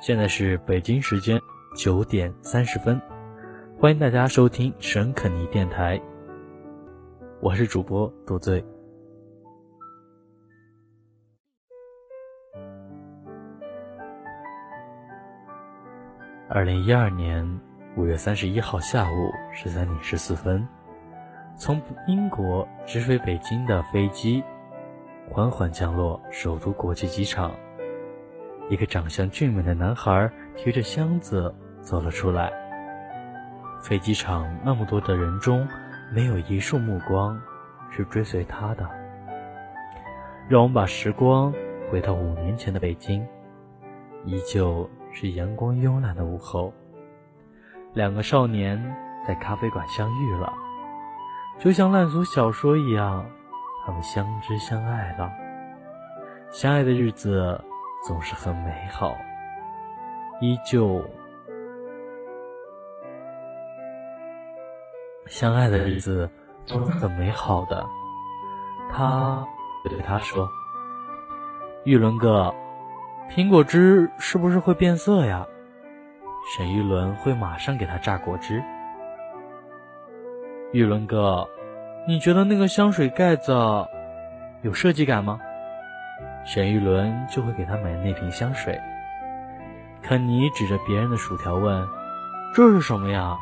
现在是北京时间9点30分，欢迎大家收听沈肯尼电台，我是主播杜醉。2012年5月31号下午13点14分，从英国直飞北京的飞机缓缓降落首都国际机场，一个长相俊美的男孩提着箱子走了出来。飞机场那么多的人中，没有一束目光是追随他的。让我们把时光回到5年前的北京，依旧是阳光慵懒的午后，两个少年在咖啡馆相遇了，就像烂俗小说一样，他们相知相爱了。相爱的日子总是很美好，相爱的日子总是很美好的。他对他说：“玉伦哥，苹果汁是不是会变色呀？”沈玉伦会马上给他榨果汁。玉伦哥，你觉得那个香水盖子有设计感吗？沈玉伦就会给他买那瓶香水。肯尼指着别人的薯条问：“这是什么呀？”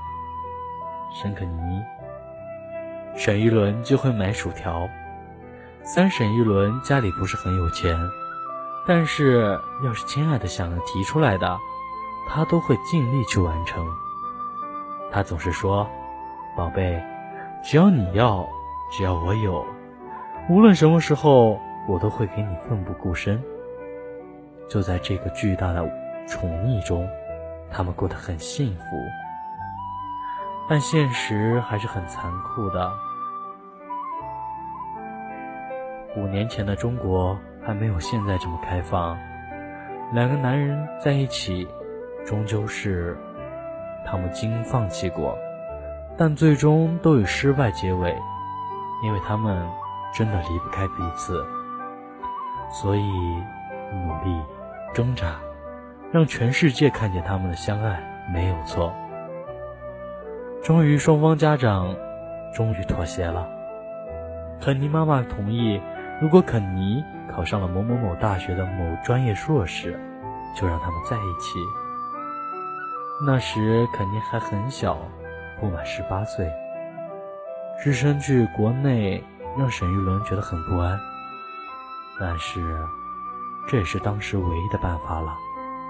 沈玉伦就会买薯条。沈玉伦家里不是很有钱，但是要是亲爱的想提出来的，他都会尽力去完成。他总是说：“宝贝，只要你要，只要我有，无论什么时候我都会给你奋不顾身。”就在这个巨大的宠溺中，他们过得很幸福。但现实还是很残酷的。5年前的中国还没有现在这么开放，两个男人在一起，终究是他们经放弃过，但最终都以失败结尾，因为他们真的离不开彼此，所以努力挣扎，让全世界看见他们的相爱没有错。终于双方家长终于妥协了，肯尼妈妈同意，如果肯尼考上了某某某大学的某专业硕士，就让他们在一起。那时肯尼还很小，不满18岁，只身去国内让沈玉伦觉得很不安，但是这也是当时唯一的办法了。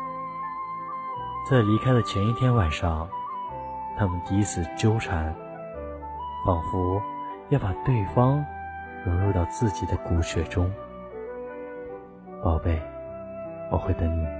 在离开的前一天晚上，他们第一次纠缠，仿佛要把对方融入到自己的骨血中。宝贝，我会等你。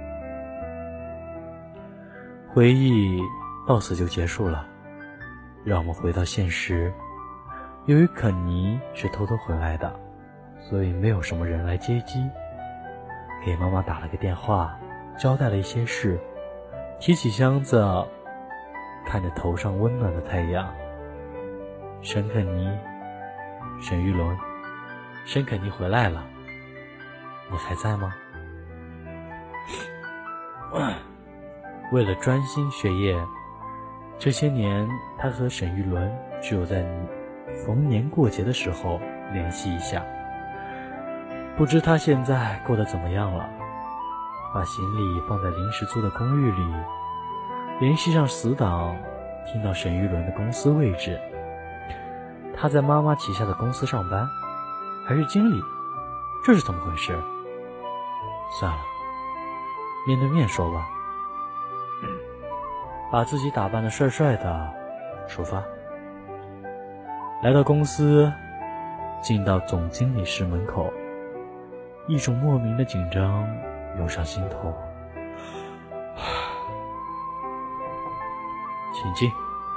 回忆到此就结束了，让我们回到现实。由于肯尼是偷偷回来的，所以没有什么人来接机。给妈妈打了个电话，交代了一些事，提起箱子，看着头上温暖的太阳。沈肯尼，沈玉伦，沈肯尼回来了，你还在吗？为了专心学业，这些年他和沈玉伦只有在逢年过节的时候联系一下。不知他现在过得怎么样了，把行李放在临时租的公寓里，联系上死党，听到沈玉伦的公司位置，他在妈妈旗下的公司上班，还是经理，这是怎么回事？算了，面对面说吧。把自己打扮得帅帅的，出发。来到公司，进到总经理室门口，一种莫名的紧张涌上心头。请进。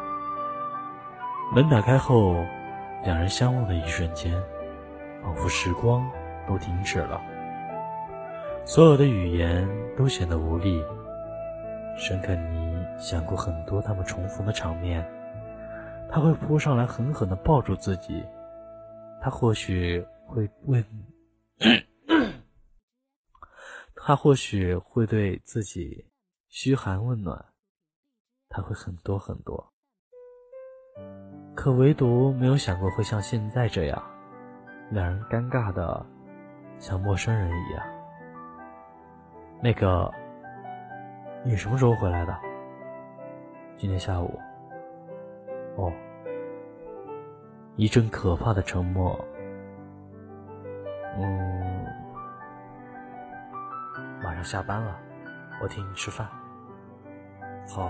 门打开后，两人相望的一瞬间，仿佛时光都停止了，所有的语言都显得无力。沈肯尼想过很多他们重逢的场面，他会扑上来狠狠地抱住自己，他或许会对自己嘘寒问暖，他会很多很多。可唯独没有想过会像现在这样，两人尴尬的像陌生人一样。那个，你什么时候回来的？今天下午。哦。一阵可怕的沉默。马上下班了，我请你吃饭。好。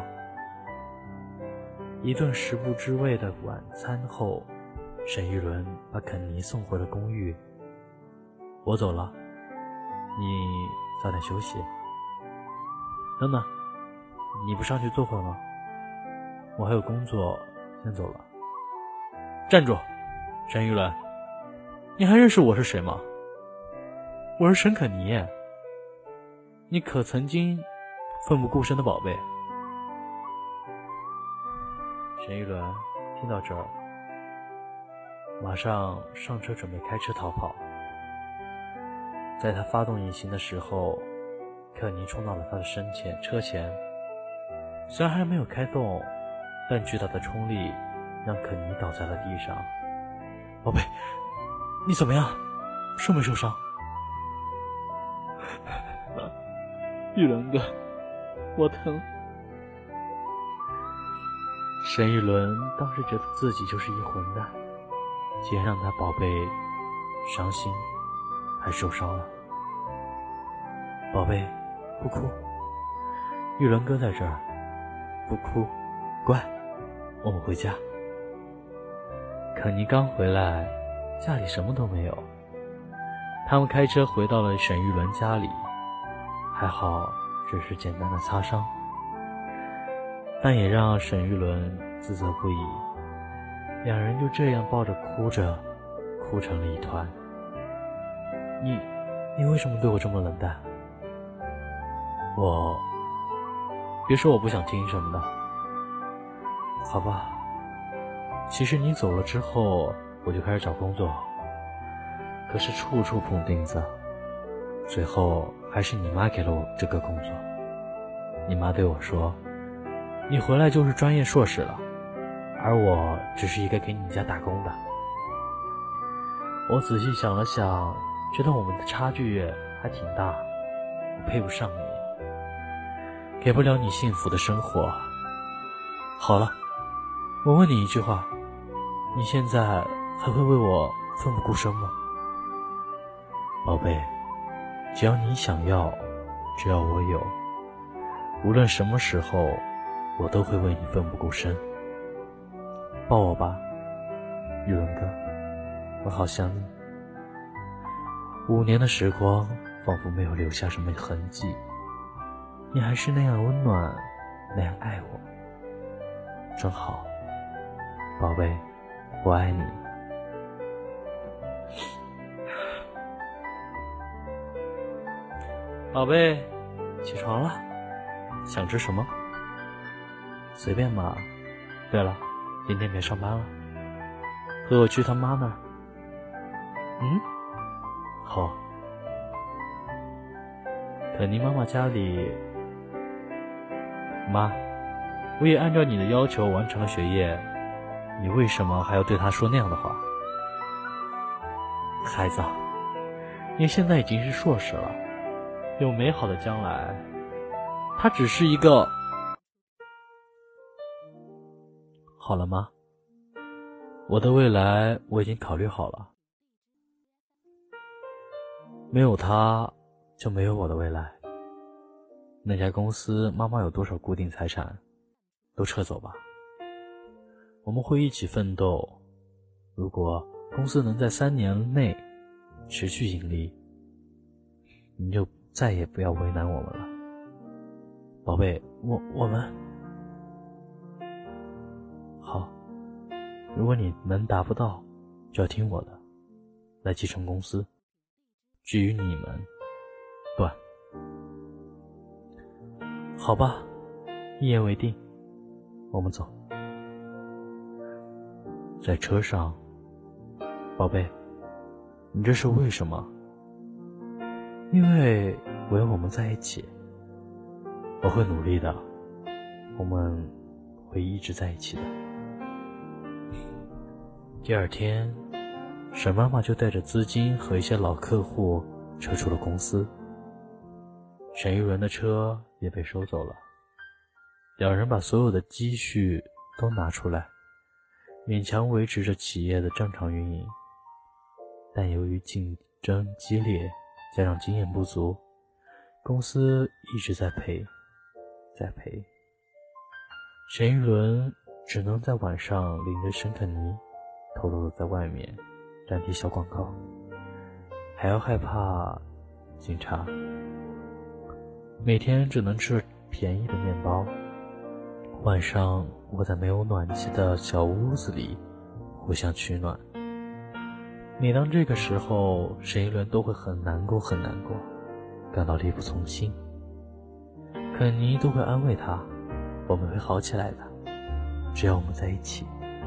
一顿食不知味的晚餐后，沈玉伦把肯尼送回了公寓。我走了，你早点休息。等等，你不上去坐会儿吗？我还有工作，先走了。站住，沈玉伦，你还认识我是谁吗？我是沈肯尼，你可曾经奋不顾身的宝贝。沈玉伦听到这儿，马上上车准备开车逃跑。在他发动引擎的时候，肯尼冲到了他的车前，虽然还没有开动，但巨大的冲力让肯尼倒在了地上。宝贝，你怎么样？受没受伤？玉伦哥，我疼。沈玉伦当时觉得自己就是一混蛋，竟然让他宝贝伤心还受伤了。宝贝，不哭，玉伦哥在这儿，不哭，乖，我们回家。肯尼刚回来，家里什么都没有。他们开车回到了沈玉伦家里，还好只是简单的擦伤，但也让沈玉伦自责不已。两人就这样抱着哭着，哭成了一团。你为什么对我这么冷淡？别说我不想听什么的。好吧，其实你走了之后，我就开始找工作，可是处处碰钉子，最后还是你妈给了我这个工作。你妈对我说，你回来就是专业硕士了，而我只是一个给你家打工的。我仔细想了想，觉得我们的差距还挺大，我配不上你，给不了你幸福的生活。好了，我问你一句话，你现在还会为我奋不顾身吗？宝贝，只要你想要，只要我有，无论什么时候，我都会为你奋不顾身。抱我吧，玉伦哥，我好想你。5年的时光仿佛没有留下什么痕迹，你还是那样温暖，那样爱我，真好。宝贝，我爱你。宝贝，起床了，想吃什么？随便吧。对了，今天别上班了，和我去他妈那儿。好。肯尼妈妈家里，妈，我也按照你的要求完成了学业，你为什么还要对他说那样的话？孩子，你现在已经是硕士了，有美好的将来，他只是一个……好了吗？我的未来我已经考虑好了，没有他就没有我的未来。那家公司妈妈有多少固定财产都撤走吧，我们会一起奋斗。如果公司能在3年内持续盈利，你就再也不要为难我们了。宝贝，我们好，如果你们达不到，就要听我的，来继承公司。至于你们，断。好吧，一言为定，我们走。在车上，宝贝，你这是为什么？因为我要我们在一起。 我会努力的，我们会一直在一起的。第二天，沈妈妈就带着资金和一些老客户撤出了公司，沈一伦的车也被收走了。两人把所有的积蓄都拿出来，勉强维持着企业的正常运营。但由于竞争激烈，加上经验不足，公司一直在赔。沈一伦只能在晚上领着沈肯尼偷偷的在外面粘贴小广告，还要害怕警察，每天只能吃便宜的面包，晚上窝在没有暖气的小屋子里互相取暖。每当这个时候，沈一伦都会很难过，感到力不从心。肯尼都会安慰他，我们会好起来的，只要我们在一起。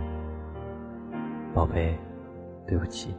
宝贝，对不起。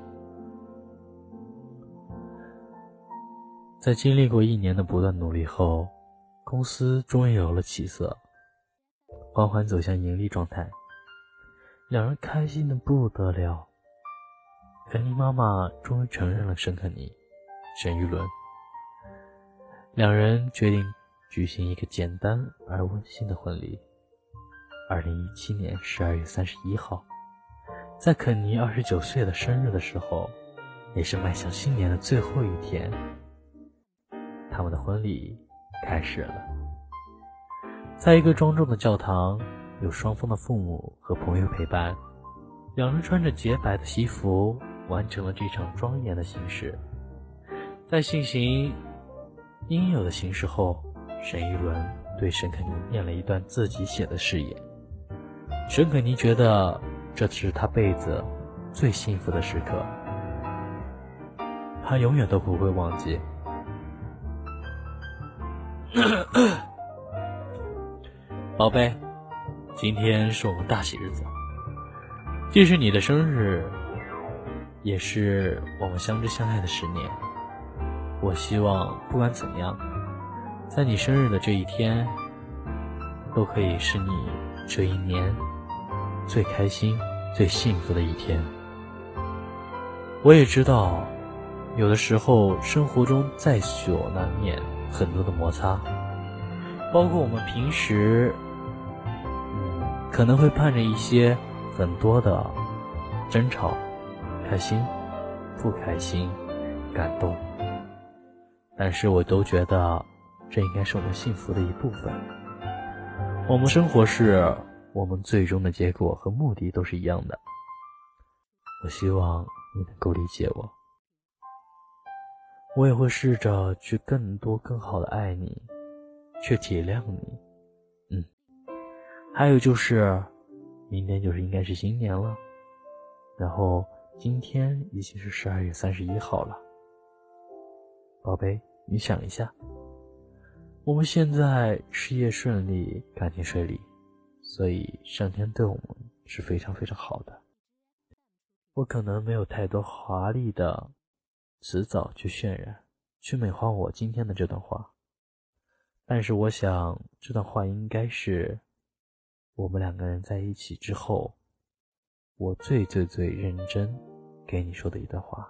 在经历过1年的不断努力后，公司终于有了起色，缓缓走向盈利状态。两人开心的不得了。肯尼妈妈终于承认了沈肯尼、沈玉伦。两人决定举行一个简单而温馨的婚礼。2017年12月31号，在肯尼29岁的生日的时候，也是迈向新年的最后一天，他们的婚礼开始了。在一个庄重的教堂，有双方的父母和朋友陪伴，两人穿着洁白的西服，完成了这场庄严的形式。在进行应有的形式后，沈一伦对沈肯尼念了一段自己写的誓言。沈肯尼觉得这是他辈子最幸福的时刻，他永远都不会忘记。宝贝，今天是我们大喜日子，既是你的生日，也是我们相知相爱的10年。我希望不管怎样，在你生日的这一天，都可以是你这一年最开心、最幸福的一天。我也知道，有的时候生活中在所难免很多的摩擦，包括我们平时可能会伴着一些很多的争吵，开心、不开心、感动，但是我都觉得这应该是我们幸福的一部分。我们生活是我们最终的结果和目的都是一样的。我希望你能够理解我，我也会试着去更多更好的爱你，去体谅你。还有就是明天就是应该是新年了，然后今天已经是12月31号了。宝贝，你想一下，我们现在事业顺利，感情顺利，所以上天对我们是非常非常好的。我可能没有太多华丽的辞藻去渲染，去美化我今天的这段话，但是我想这段话应该是我们2个人在一起之后，我最认真给你说的一段话。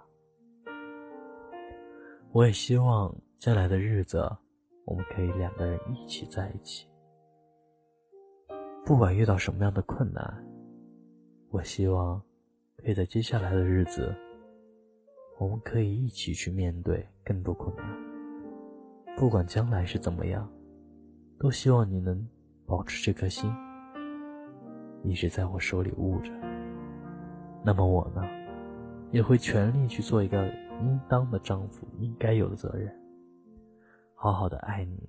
我也希望将来的日子，我们可以2个人一起在一起。不管遇到什么样的困难，我希望可以在接下来的日子，我们可以一起去面对更多困难。不管将来是怎么样，都希望你能保持这颗心，一直在我手里握着。那么我呢，也会全力去做一个应当的丈夫应该有的责任，好好的爱你。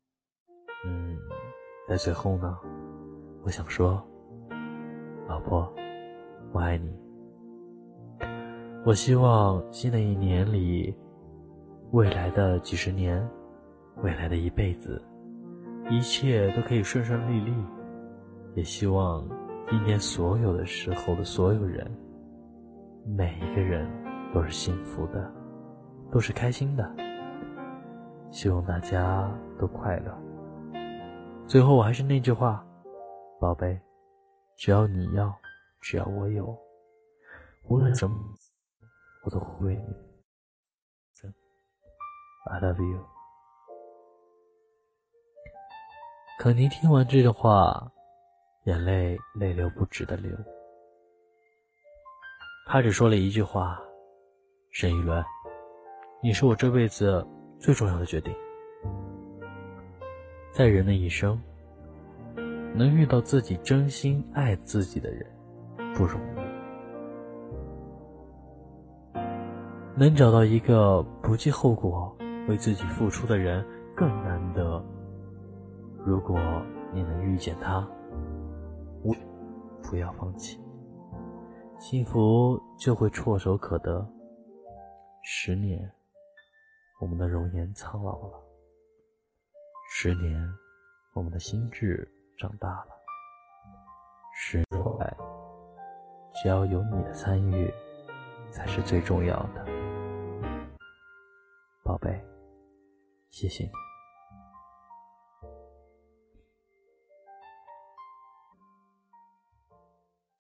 在最后呢，我想说，老婆，我爱你。我希望新的一年里，未来的几十年，未来的一辈子，一切都可以顺顺利利。也希望今天所有的时候的所有人，每一个人都是幸福的，都是开心的。希望大家都快乐。 最后我还是那句话，宝贝，只要你要，只要我有，无论怎么我都会为你。I love you。 可妮听完这句话，眼泪泪流不止的流。他只说了一句话，沈一伦，你是我这辈子最重要的决定。在人的一生，能遇到自己真心爱自己的人不容易，能找到一个不计后果为自己付出的人更难得。如果你能遇见他，不要放弃，幸福就会唾手可得。10年，我们的容颜苍老了；10年，我们的心智长大了；10年，只要有你的参与，才是最重要的。宝贝，谢谢你。